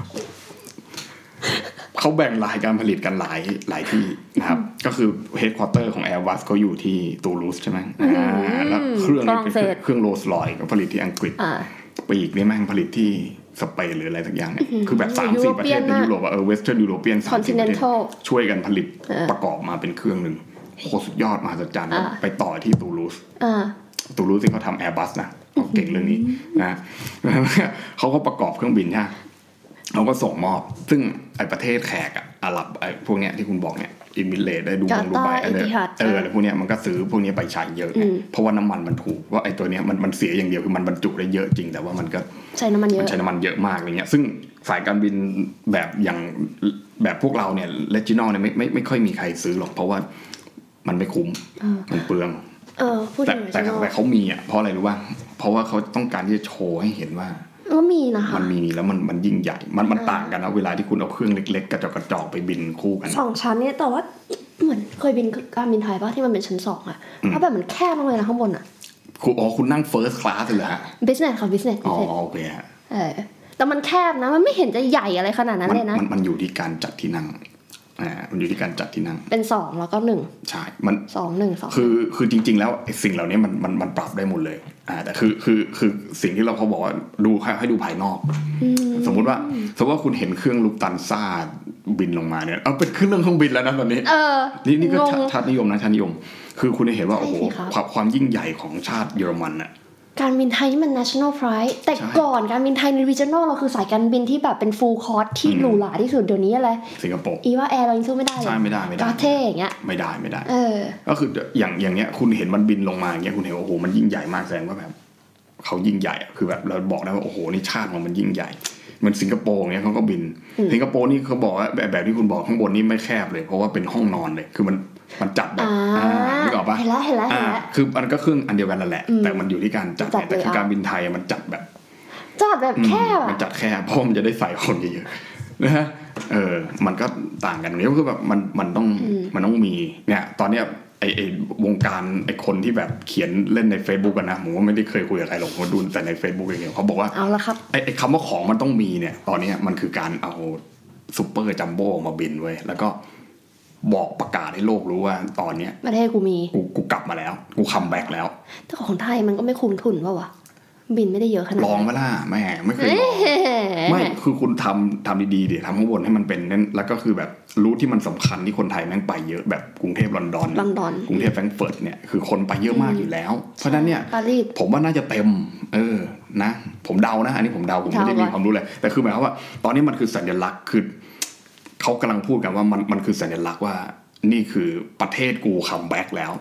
S1: เขาแบ่งลายการผลิตกันหลายที่นะครับก็คือเฮดควอเตอร์ของ Airbus เขาอยู่ที่ตูลูสใช่ไหมแล้วเครื่องนี้เป็นเครื่องโรลส์รอยซ์ก็ผลิตที่อังกฤษปีกนี่แม่งผลิตที่สเปนหรืออะไรสักอย่างเนี่ยคือแบบ 3-4 ประเทศในยุโรปเวสเทิร์นยุโรเปียน 30 ประเทศช่วยกันผลิตประกอบมาเป็นเครื่องนึงโหสุดยอดมหัศจรรย์ไปต่อที่ตูลูสที่เขาทำ Airbus นะเขาเก่งเรื่องนี้นะเขาก็ประกอบเครื่องบินใช่เขาก็ส่งมอบซึ่งไอประเทศแขกอาหรับไอพวกเนี้ยที่คุณบอกเนี่ยอิมิเรตได้ดูไบอะไรพวกเนี้ยมันก็ซื้อพวกนี้ไปใช้เยอะเพราะว่าน้ำมันมันถูกว่าไอตัวเนี้ยมันเสียอย่างเดียวคือมันบรรจุได้เยอะจริงแต่ว่ามันก็
S2: ใช้น้ำมันเ
S1: ยอะมากอะไรเงี้ยซึ่งสายการบินแบบอย่างแบบพวกเราเนี่ยเลจินอลเนี่ยไม่ค่อยมีใครซื้อหรอกเพราะว่ามันไม่คุ้มมันเปลืองแต่เขามีเพราะอะไรรู้ป่ะเพราะว่าเขาต้องการที่จะโชว์ให้เห็นว่า
S2: มีนะคะ
S1: มันมีแล้วมันยิ่งใหญ่มันต่างกันนะเวลาที่คุณเอาเครื่องเล็กๆกระจอกไปบินคู่กัน
S2: 2ชั้นเนี่ยแต่ว่าเหมือนเคยบินการบินไทยป่ะที่มันเป็นชั้น2เพราะแบบมันแคบมากเลยนะข้างบน
S1: คุณนั่ง first class เลยเหรอฮะ
S2: business ค่ะ business
S1: โอเคฮะ
S2: แต่มันแคบนะมันไม่เห็นจะใหญ่อะไรขนาดนั้นเลยนะ
S1: มันอยู่ที่การจัดที่นั่งมันอยู่ที่การจัดที่นั่ง
S2: เป็น2แล้วก็1ใช่
S1: มัน
S2: 2 1 2
S1: คือจริงๆแล้วสิ่งเหล่านี้มันปรับได้หมดเลยแต่คือสิ่งที่เขาบอกว่าดูให้ดูภายนอกสมมุติว่าคุณเห็นเครื่องลูกตันซ่าบินลงมาเนี่ยเอาเป็นเครื่องบินแล้วนะตอนนี้นี่ก็ชาตินิยมนะชาตินิยมคือคุณจะเห็นว่าโอ้โหความยิ่งใหญ่ของชาติเยอรมันน่ะ
S2: การบินไทยนี่มัน national pride แต่ก่อนการบินไทยใน regional เราคือสายการบินที่แบบเป็น full cost ที่หรูหราที่สุดเดี๋ยวนี้อะไร
S1: สิงคโปร์
S2: ว่าแอร์เรายังสู้ไม่ได้เลย
S1: ใช่ไม่ได้
S2: กาเท่อย่างเงี้ย
S1: ไม่ได้ก็คืออย่างเงี้ยคุณเห็นมันบินลงมาอย่างเงี้ยคุณเห็นโอ้โหมันยิ่งใหญ่มากแสดงว่าแบบเขายิ่งใหญ่คือแบบเราบอกได้ว่าโอ้โหนี่ชาติของมันยิ่งใหญ่เหมือนสิงคโปร์เงี้ยเขาก็บินสิงคโปร์นี่เขาบอกว่าแบบที่คุณบอกข้างบนนี่ไม่แคบเลยเพราะว่าเป็นห้องนอนเลยคือมันจัดแบบนึกออกป่ะ
S2: เห็นแล้ว
S1: คือมันก็เครื่องอันเดียวกันนั่นแหละแต่มันอยู่ที่การจัดแต่คือการบินไทยมันจัดแบบ
S2: แคบ
S1: มันจัดแคบเพราะมันจะได้ใส่คนเยอะๆนะฮะมันก็ต่างกันนี้ก็คือแบบมันต้องมีเนี่ยตอนเนี้ยไอ้วงการไอ้คนที่แบบเขียนเล่นใน Facebook กันนะผมว่าไม่ได้เคยคุยกับใครหรอกผมดูแต่ใน Facebook อย่างเดียวเขาบอกว่า
S2: เอาละครับ
S1: ไอ้คำว่าของมันต้องมีเนี่ยตอนนี้มันคือการเอาซุปเปอร์จัมโบ้มาบินไว้แล้วก็บอกประกาศให้โลกรู้ว่าตอนเนี้ย
S2: ประเทศ
S1: กูกลับมาแล้วกูคัมแบ็กแล้ว
S2: แต่ของไทยมันก็ไม่คุ้มทุนป่ะวะบินไม่ได้เยอะขนาด
S1: ลองมาล่ะแม่ไม่เคยลองไม่คือคุณทำดีๆดิทำข้างบนให้มันเป็นนั่นแล้วก็คือแบบรูทที่มันสำคัญที่คนไทยแม่งไปเยอะแบบกรุงเทพลอนดอนกรุงเทพแฟรงก์เฟิร์ตเนี่ยคือคนไปเยอะมากอยู่แล้วเพราะฉะนั้นเนี่ยผมว่าน่าจะเต็มนะผมเดานะอันนี้ผมเดาผมไม่ได้มีความรู้เลยแต่คือหมายความว่าตอนนี้มันคือสัญลักษณ์คือเขากำลังพูดกันว่ามันคือสัญลักษณ์ว่านี่คือประเทศกูคัมแบ็กแล้ว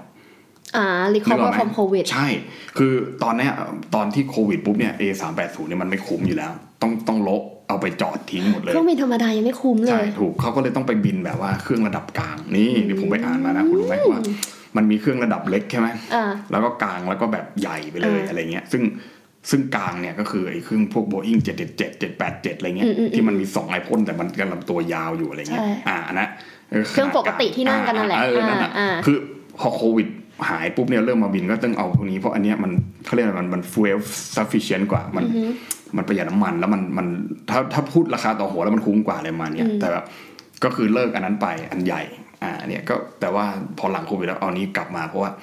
S2: recover from covid
S1: ใช่คือตอนที่โควิดปุ๊บเนี่ย A380 เนี่ยมันไม่คุ้มอยู่แล้วต้องลบเอาไปจอดทิ้งหมดเลย
S2: เครื่องบินธรรมดายังไม่คุ้มเลย
S1: ใช่ถูกเขาก็เลยต้องไปบินแบบว่าเครื่องระดับกลางนี่ผมไปอ่านมานะคุณรู้ไหมว่ามันมีเครื่องระดับเล็กใช่ไหมแล้วก็กลางแล้วก็แบบใหญ่ไปเลยอะไรเงี้ยซึ่งกลางเนี่ยก็คือไอ้เครื่องพวก Boeing 777 787อะไรเงี้ยที่มันมี2ไอพ่นแต่มันกันลำตัวยาวอยู่อะไรเงี้ยนะ
S2: เครื่องปกติที่นั่งกันนั่นแหละ
S1: คือพอโควิดหายปุ๊บเนี่ยเริ่มมาบินก็ต้องเอาพวกนี้เพราะอันเนี้ยมันเขาเรียกมัน fuel sufficient กว่ามันประหยัดน้ำมันแล้วมันถ้าพูดราคาต่อหัวแล้วมันคุ้มกว่าอะไรมาเนี่ยแต่แบบก็คือเลิกอันนั้นไปอันใหญ่เนี่ยก็แต่ว่าพอหลังโควิดแล้วเอานี้กลับมาเพราะว่า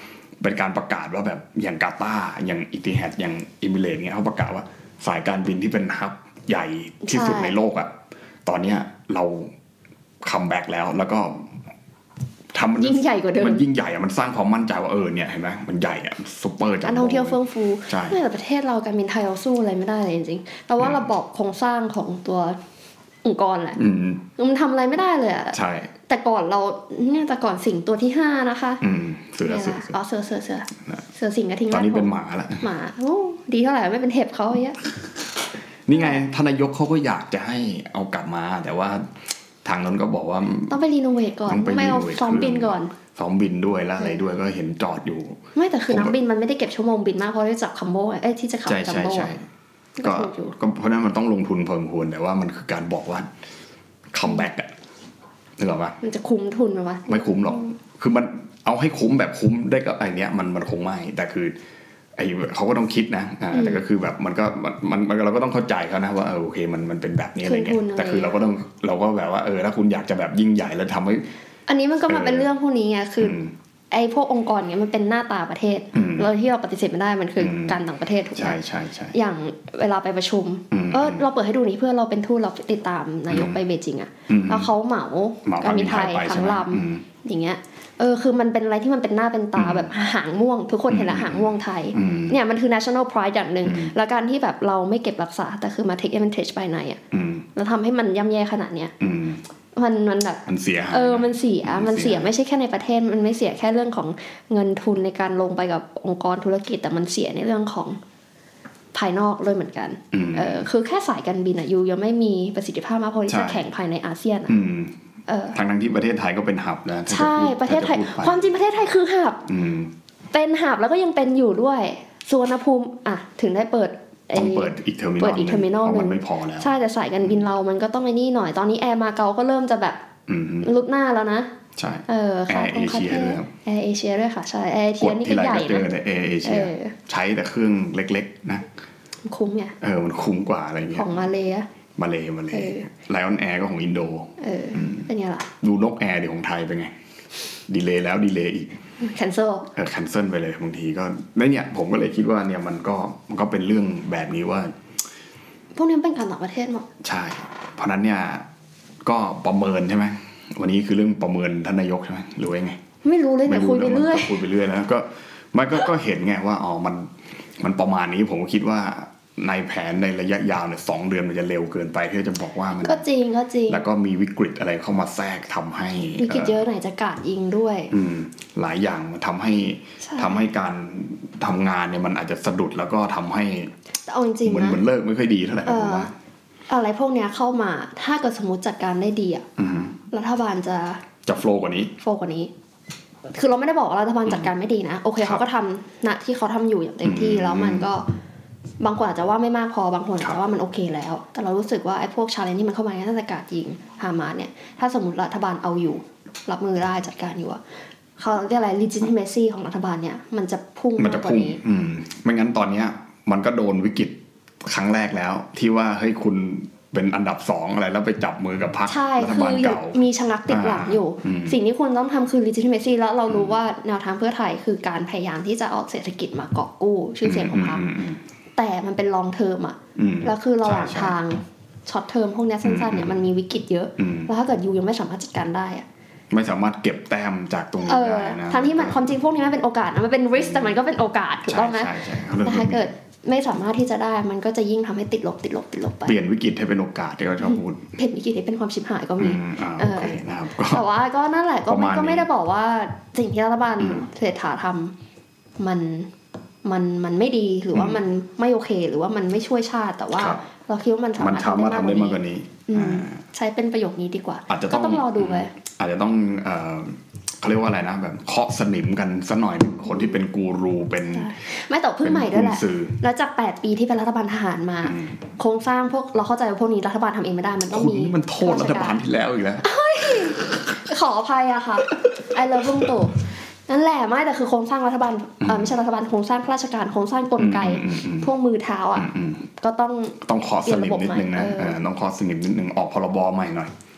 S1: เป็นการประกาศว่าแบบอย่างกาตาร์อย่างอิติฮัดอย่างอิมิเรตส์เนี่ยเขาประกาศว่าสายการบินที่เป็นฮับใหญ่ที่สุดในโลกอ่ะตอนเนี้ยเราคัมแบ็กแล้วก็ทำ
S2: ยิ่งใหญ่กว่าเดิม
S1: มันยิ่งใหญ่อะมันสร้างความมั่นใจว่าเนี่ยเห็นไหมมันใหญ่อะซุปเปอร์จัง
S2: การท่องเที่ยวเฟื่องฟูแต่ประเทศเราการบินไทยเราสู้อะไรไม่ได้เลยจริงๆแต่ว่าระบบโครงสร้างของตัวองค์กรแหละมันทำอะไรไม่ได้เลยอะ
S1: ใช่
S2: แต่ก่อนเราเนี่ยแต่ก่อนสิ่งตัวที่5นะคะ
S1: เสือ
S2: สิ่งก็ทิ้ง
S1: ตอนนี้เป็นหมาละ
S2: หมาโอ้ดีเท่าไหร่ไม่เป็นเห็บเขาอย่างเงี้ย
S1: นี่ไงทนายกเขาก็อยากจะให้เอากลับมาแต่ว่าทางนั้นก็บอกว่า
S2: ต้องไปรีโนเวทก่อนไม่เอาซ้อมบินก่อน
S1: ซ้อมบินด้วยแล้วอะไรด้วยก็เห็นจอดอยู่
S2: ไม่แต่คือนักบินมันไม่ได้เก็บชั่วโมงบินมากเพราะได้จับคัมโบที่จะขับคัมโบ
S1: ก็เพราะนั้นมันต้องลงทุนเพิ่มพูนแต่ว่ามันคือการบอกว่าคัมแบ็กอะนึกออกปะ
S2: มันจะคุ้มทุนไหมวะ
S1: ไม่คุ้มหรอกคือมันเอาให้คุ้มแบบคุ้มได้ก็ไอเนี้ยมันคงไม่แต่คือไอเขาก็ต้องคิดนะแต่ก็คือแบบมันก็เราก็ต้องเข้าใจเขานะว่าโอเคมันเป็นแบบนี้อะไรเงี้ยแต่คือเราก็แบบว่าถ้าคุณอยากจะแบบยิ่งใหญ่แล้วทำให้
S2: อันนี้มันก็มาเป็นเรื่องพวกนี้ไงคือไอ้พวกองค์กรเงี้ยมันเป็นหน้าตาประเทศเราที่เราปฏิเสธไม่ได้มันคือการต่างประเทศถูกไหม
S1: ใช่
S2: อย่างเวลาไปประชุมเราเปิดให้ดูนี้เพื่อเราเป็นทูตเราติดตามนายกไปเบจิงอ่ะแล้วเขาเหมาการบินไทยทั้งลำอย่างเงี้ยคือมันเป็นอะไรที่มันเป็นหน้าเป็นตาแบบหางม่วงทุกคนเห็นแล้วหางม่วงไทยเนี่ยมันคือ national pride อย่างนึงแล้วการที่แบบเราไม่เก็บรักษาแต่คือมา take advantage ภายในอ่ะแล้วทำให้มันย่ำแย่ขนาดเนี้ยมันแบบ
S1: มันเสีย
S2: มันเสียไม่ใช่แค่ในประเทศมันไม่เสียแค่เรื่องของเงินทุนในการลงไปกับองค์กรธุรกิจแต่มันเสียในเรื่องของภายนอกด้วยเหมือนกันคือแค่สายการบินอ่ะยังไม่มีประสิทธิภาพมากพอที่จะแข่งภายในอาเซียน
S1: ทั้งที่ประเทศไทยก็เป็นหับนะ
S2: ใช่ประเทศไทยความจริงประเทศไทยคือหับเป็นหับแล้วก็ยังเป็นอยู่ด้วยสุวรรณภูมิถึงได้เปิด
S1: ต้องเปิดอีกเทอร์มินอลนึงมันไม่พอแล้ว
S2: ใช่แต่สายการบินเรามันก็ต้องไอ้นี่หน่อยตอนนี้แอร์มาเก๊าก็เริ่มจะแบบลุดหน้าแล้วนะ
S1: ใช่แอร์เอเชียด้วยครับ
S2: แอร์เอเชียด้วยค่ะใช่แอร์เอเชียนี่ก็ใหญ่นะ
S1: แอร์เอเชียใช้แต่เครื่องเล็กๆนะ
S2: คุ้มไง
S1: มันคุ้มกว่าอะไรเงี้ย
S2: ของมาเล
S1: ไลออนแอร์ก็ของอินโด
S2: เป็นไงล่ะ
S1: ดูนกแอร์ดิของไทยเป็นไงดีเลย์แล้วดีเลย์อีก
S2: cancel
S1: cancel ไปเลยบางทีก็เนี่ยผมก็เลยคิดว่าเนี่ยมันก็เป็นเรื่องแบบนี้ว่า
S2: พวกนี้เป็นการต่างประเทศหมด
S1: ใช่เพราะนั้นเนี่ยก็ประเมินใช่ไหมวันนี้คือเรื่องประเมินท่านนายกใช่ไหมหรือว่าไง
S2: ไม่รู้เลยแต่คุยไปเรื่อย
S1: แล้วก็มันก็เห็นไงว่ามันประมาณนี้ผมก็คิดว่าในแผนในระยะยาวเนี่ย2 เดือนมันจะเร็วเกินไปที่จะบอกว่ามัน
S2: ก็จริง
S1: แล้วก็มีวิกฤตอะไรเข้ามาแทรกทำให้
S2: วิกฤตเยอะไหนจะกาดยิงด้วย
S1: หลายอย่างมันทำให้การทำงานเนี่ยมันอาจจะสะดุดแล้วก็ทำให้
S2: เอาจริงๆนะ
S1: เหมือนเลิกไม่ค่อยดีเท่าไหร่ผมว่า
S2: อะไรพวกเนี้ยเข้ามาถ้าเกิดสมมติจัดการได้ดีอ่ะรัฐบาล
S1: จะโฟล์กว่านี้
S2: คือเราไม่ได้บอกว่ารัฐบาลจัดการไม่ดีนะโอเคเขาก็ทำนะที่เขาทำอยู่อย่างเต็มที่แล้วมันก็บางคนอาจจะว่าไม่มากพอบางคนอาจจะว่ามันโอเคแล้วแต่เรารู้สึกว่าไอ้พวก challenge ที่มันเข้ามาตั้งแต่การยิงฮามาสเนี่ยถ้าสมมติรัฐบาลเอาอยู่รับมือได้จัดการอยู่เขาเรียกอะไร legitimacy ของรัฐบาลเนี่ยมันจะพุ่งมากกว่านี้
S1: ไม่งั้นตอนนี้มันก็โดนวิกฤตครั้งแรกแล้วที่ว่าเฮ้ยคุณเป็นอันดับ2อะไรแล้วไปจับมือกับพรรครัฐบาลเก่า
S2: มีชะงักติดหลังอยู่สิ่งที่คุณต้องทำคือ legitimacy แล้วเรารู้ว่าแนวทางเพื่อไทยคือการพยายามที่จะออกเศรษฐกิจมากอบกู้ชื่อเสียงของพรรคแต่มันเป็น long term แล้วคือระหว่างทาง short term พวกนี้สั้นๆเนี่ยมันมีวิกฤตเยอะแล้วถ้าเกิดยูยังไม่สามารถจัดการได้
S1: ไม่สามารถเก็บแต้มจากตรงนี้ได้นะ
S2: ทั้งที่มันความจริงพวกนี้มันเป็นโอกาสนะมันเป็น risk แต่มันก็เป็นโอกาสถูกต้องไหมแต่ถ้าเกิดไม่สามารถที่จะได้มันก็จะยิ่งทำให้ติดลบไป
S1: เปลี่ยนวิกฤตให้เป็นโอกาสที่เขาชอบพูด
S2: เปลี่ยนวิกฤตให้เป็นความชิบหายก็มี
S1: นะครับ
S2: แต่ว่าก็นั่นแหละก็ไม่ได้บอกว่าสิ่งที่รัฐบาลเศรษฐาทำมันไม่ดีหรือว่ามันไม่โอเคหรือว่ามันไม่ช่วยชาติแต่ว่าเราคิดว่ามันสามารถทำได้มากกว่านี้ใช้เป็นประโยคนี้ดีกว่าก็ต้องรอดูไป
S1: อาจจะต้องเขาเรียกว่าอะไรนะแบบเคาะสนิมกันสักหน่อยคนที่เป็นกูรูเป็น
S2: ไม่แต่เพิ่งใหม่ด้วยแหละแล้วจาก8 ปีที่เป็นรัฐบาลทหารมาโครงสร้างพวกเราเข้าใจว่าพวกนี้รัฐบาลทำเองไม่ได้มันต้องมี
S1: มันโทษรัฐบาลที่แล้วอีกแล้ว
S2: ขออภัยอะค่ะไอเลิฟลุงตู่นั่นแหละไม่แต่คือโครงสร้างรัฐบาลไม่ใช่รัฐบาลโครงสร้างราชการโครงสร้างกลไกพวกมือเท้าก็ต้อง
S1: เคาะสนิมนิดนึงนะต้องเคาะสนิมนิดนึงออกพรบใหม่หน่อย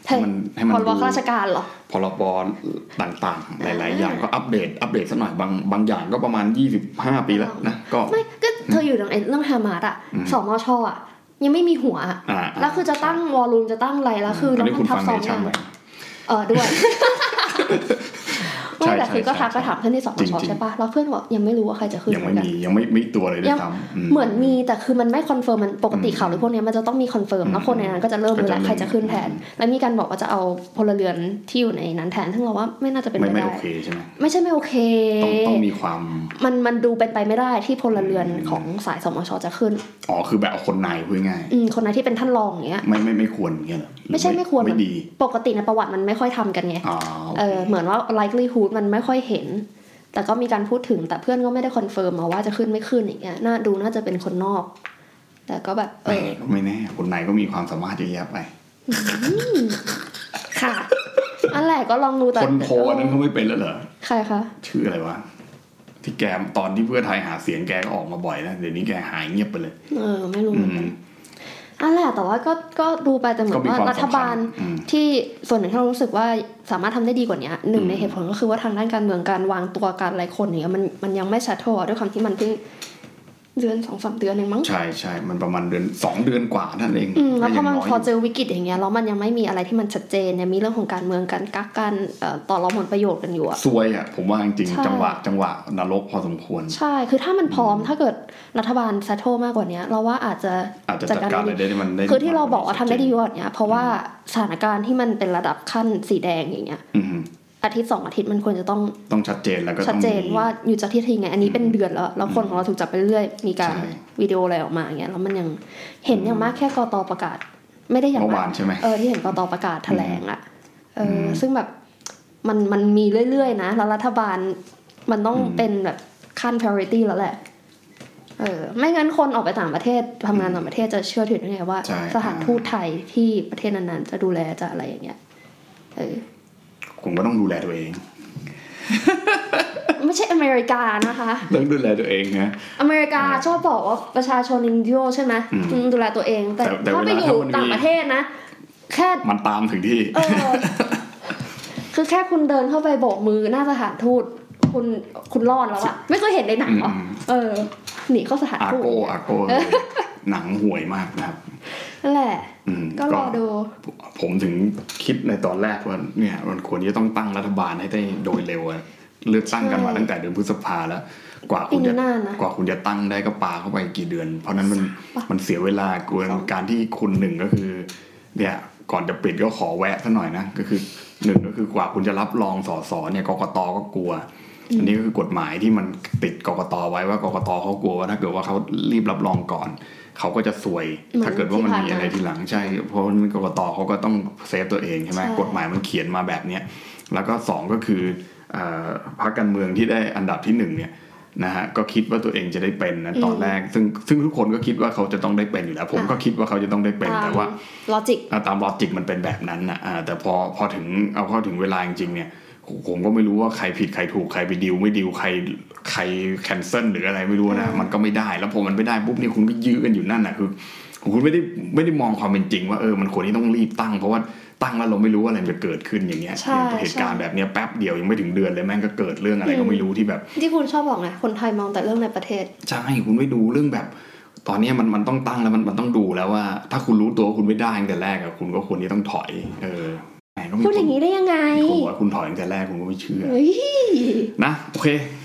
S1: ให้มัน
S2: พรบข้าราชการเหรอ
S1: พรบต่างๆหลายๆอย่างก็อัปเดตสักหน่อยบางอย่างก็ประมาณ25ปีแล้วนะก็
S2: ไม่ก็เธออยู่ในเรื่องฮามาสสมชยังไม่มีหัวแล้วคือจะตั้งวอลลุ่มจะตั้งอะไรแล้วคือ
S1: เราต้องทับซ้อนกัน
S2: ด้วยไม่แต่คือก็ทักไปถามเพื่อนที่สมชใช่ป่ะแล้วเพื่อนบอกยังไม่รู้ว่าใครจะขึ้น
S1: ยังไม่ตัวเลยด้วยซ้
S2: ำเหมือนมีแต่คือมันไม่คอนเฟิร์มมันปกติข่าวหรือพวกนี้มันจะต้องมีคอนเฟิร์มแล้วคนในนั้นก็จะเริ่มรู้แล้วใครจะขึ้นแทนแล้วมีการบอกว่าจะเอาพลเรือนที่อยู่ในนั้นแทนซึ่งเราว่าไม่น่าจะเป็นไปได้
S1: ไม่โอเคใช่ไหม
S2: ไม่ใช่ไม่โอเค
S1: ต้องมีความ
S2: มันดูเป็นไปไม่ได้ที่พลเรือนของสายสมชจะขึ้น
S1: คือแบบเอาคนนายพูดง่าย
S2: คนนายที่เป็นท่านรองอย่างเงี้ย
S1: ไม่ควรอย่างเงี้ยหรอ
S2: ไม่ใช่ไม่ควร
S1: ไม่ดี
S2: ปกติในประวัติมันไม่ค่อยทำกันไงเหมือนว่า likelihood มันไม่ค่อยเห็นแต่ก็มีการพูดถึงแต่เพื่อนก็ไม่ได้คอนเฟิร์มมาว่าจะขึ้นไม่ขึ้นอย่างเงี้ยน่าจะเป็นคนนอกแต่ก็แบบ
S1: ไม่แน่คนไหนก็มีความสามารถเยอะแยะไป
S2: ค่ะอันแหละก็ลองดูแต่
S1: คนโพนั้นเขาไม่เป็นแล้วเหรอ
S2: ใครคะ
S1: ชื่ออะไรวะที่แกตอนที่เพื่อไทยหาเสียงแกก็ออกมาบ่อยนะเดี๋ยวนี้แกหายเงียบไปเลย
S2: ไม่รู้อันแหละแต่ว่าก็ดูไปแต่เหมือนว่ารัฐบาลที่ส่วนหนึ่งที่เรารู้สึกว่าสามารถทำได้ดีกว่านี้หนึ่งในเหตุผลก็คือว่าทางด้านการเมืองการวางตัวการอะไรคนอย่างเงี้ยมันยังไม่ชัดโทด้วยความที่มันเพิ่งเดือน 2-3 เดือนเองมั้ง
S1: ใช่มันประมาณ2 เดือนกว่านั่นเอง
S2: แล้วพอเจอวิกฤตอย่างเงี้ยแล้วมันยังไม่มีอะไรที่มันชัดเจนเนี่ยมีเรื่องของการเมืองการกักกันต่อรองผลประโยชน์กันอยู่
S1: ซวยผมว่าจริงๆจังหวะนรกพอสมควร
S2: ใช่คือถ้ามันพร้อมถ้าเกิดรัฐบาลเซตโตมากกว่านี้เราว่าอาจจะ
S1: จัดการอะไรได้มันได้
S2: คือที่เราบอกว่าทำได้ดีกว่านี้เพราะว่าสถานการณ์ที่มันเป็นระดับขั้นสีแดงอย่างเงี้ยอาทิตย์2 อาทิตย์มันควรจะต้อง
S1: ชัดเจนแล้วก็
S2: ชัดเจนว่าอยู่จากที่ทีไงอันนี้เป็นเดือนแล้วคนของเราถูกจับไปเรื่อยมีการวิดีโออะไรออกมาอย่างเงี้ยแล้วมันยังเห็นอย่างมากแค่กต.ประกาศไม่ได้อย่าง
S1: เมื่อวานใช่ไหม
S2: ที่เห็นกต.ประกาศแถลงซึ่งแบบมันมีเรื่อยๆนะแล้วรัฐบาลมันต้องเป็นแบบขั้น priority แล้วแหละไม่งั้นคนออกไปต่างประเทศทำงานต่างประเทศจะเชื่อถือได้ไงว่าสถานทูตไทยที่ประเทศนั้นๆจะดูแลจะอะไรอย่างเงี้ย
S1: ผมก็ต้องดูแลตัวเอง
S2: ไม่ใช่อเมริกานะคะ
S1: ต้องดูแลตัวเองนะ
S2: อเมริกาชอบบอกว่าประชาชนอินเดียใช่ไหมดูแลตัวเองแต่ถ้าไปอยู่ต่างประเทศนะแค่
S1: มันตามถึงที่
S2: คือแค่คุณเดินเข้าไปโบกมือหน้าสถานทูตคุณรอดแล้วอะไม่เคยเห็นในหนังหรอหนีเข้าสถานทูต
S1: อาโก้หนังห่วยมากนะครับ
S2: นั่นแหละก็รอดู
S1: ผมถึงคิดในตอนแรกว่าเนี่ยมันควรจะต้องตั้งรัฐบาลให้ได้โดยเร็วเลือกตั้งกันมาตั้งแต่เดือนพฤษภาแล้วกว่าคุณจะตั้งได้ก็ปาเข้าไปกี่เดือนเพราะนั้นมันเสียเวลากวนการที่คุณหนึ่งก็คือเนี่ยก่อนจะปิดก็ขอแวะซะหน่อยนะก็คือหนึ่งก็คือกว่าคุณจะรับรองสสเนี่ยกกต.ก็กลัวอันนี้ก็คือกฎหมายที่มันติดกกต.ไว้ว่ากกต.เขากลัวว่าถ้าเกิดว่าเขารีบรับรองก่อนเขาก็จะซวยถ้าเกิดว่ามันมีอะไรทีหลังใช่เพราะกกต.เขาก็ต้องเซฟตัวเองใช่ไหมกฎหมายมันเขียนมาแบบนี้แล้วก็2ก็คือพรรคการเมืองที่ได้อันดับที่1เนี่ยนะฮะก็คิดว่าตัวเองจะได้เป็นนะตอนแรกซึ่งทุกคนก็คิดว่าเขาจะต้องได้เป็นอยู่แล้วผมก็คิดว่าเขาจะต้องได้เป็นแต่ว่า
S2: ลอจิก
S1: ตามลอจิกมันเป็นแบบนั้นนะแต่พอถึงเข้าถึงเวลาจริงๆเนี่ยผมก็ไม่รู้ว่าใครผิดใครถูกใครไปดิวไม่ดิวใครแคนเซิลหรืออะไรไม่รู้นะมันก็ไม่ได้แล้วพอมันไม่ได้ปุ๊บนี่คุณก็ยื้อกันอยู่นั่นน่ะคือคุณไม่ได้มองความเป็นจริงว่ามันควรที่ต้องรีบตั้งเพราะว่าตั้งแล้วเราไม่รู้ว่าอะไรจะเกิดขึ้นอย่างเงี้ยเหตุการณ์แบบนี้แป๊บเดียวยังไม่ถึงเดือนเลยแม่งก็เกิดเรื่องอะไรก็ไม่รู้ที่แบบ
S2: ที่คุณชอบบอกไงคนไทยมองแต่เรื่องในประเทศ
S1: ใช่คุณไม่ดูเรื่องแบบตอนนี้มันต้องตั้งแล้วมันต้องดูแล้วว่าถ้าคุณรู้ตัวคุณไม่ได้ตั้งแต่แรกคุณก็ควรที่ต้องถอย
S2: พูดอย่างนี้ได้ยังไง
S1: ผมว่าคุณถอยตั้งแต่แรกผมก็ไม่เชื่อนะโอเค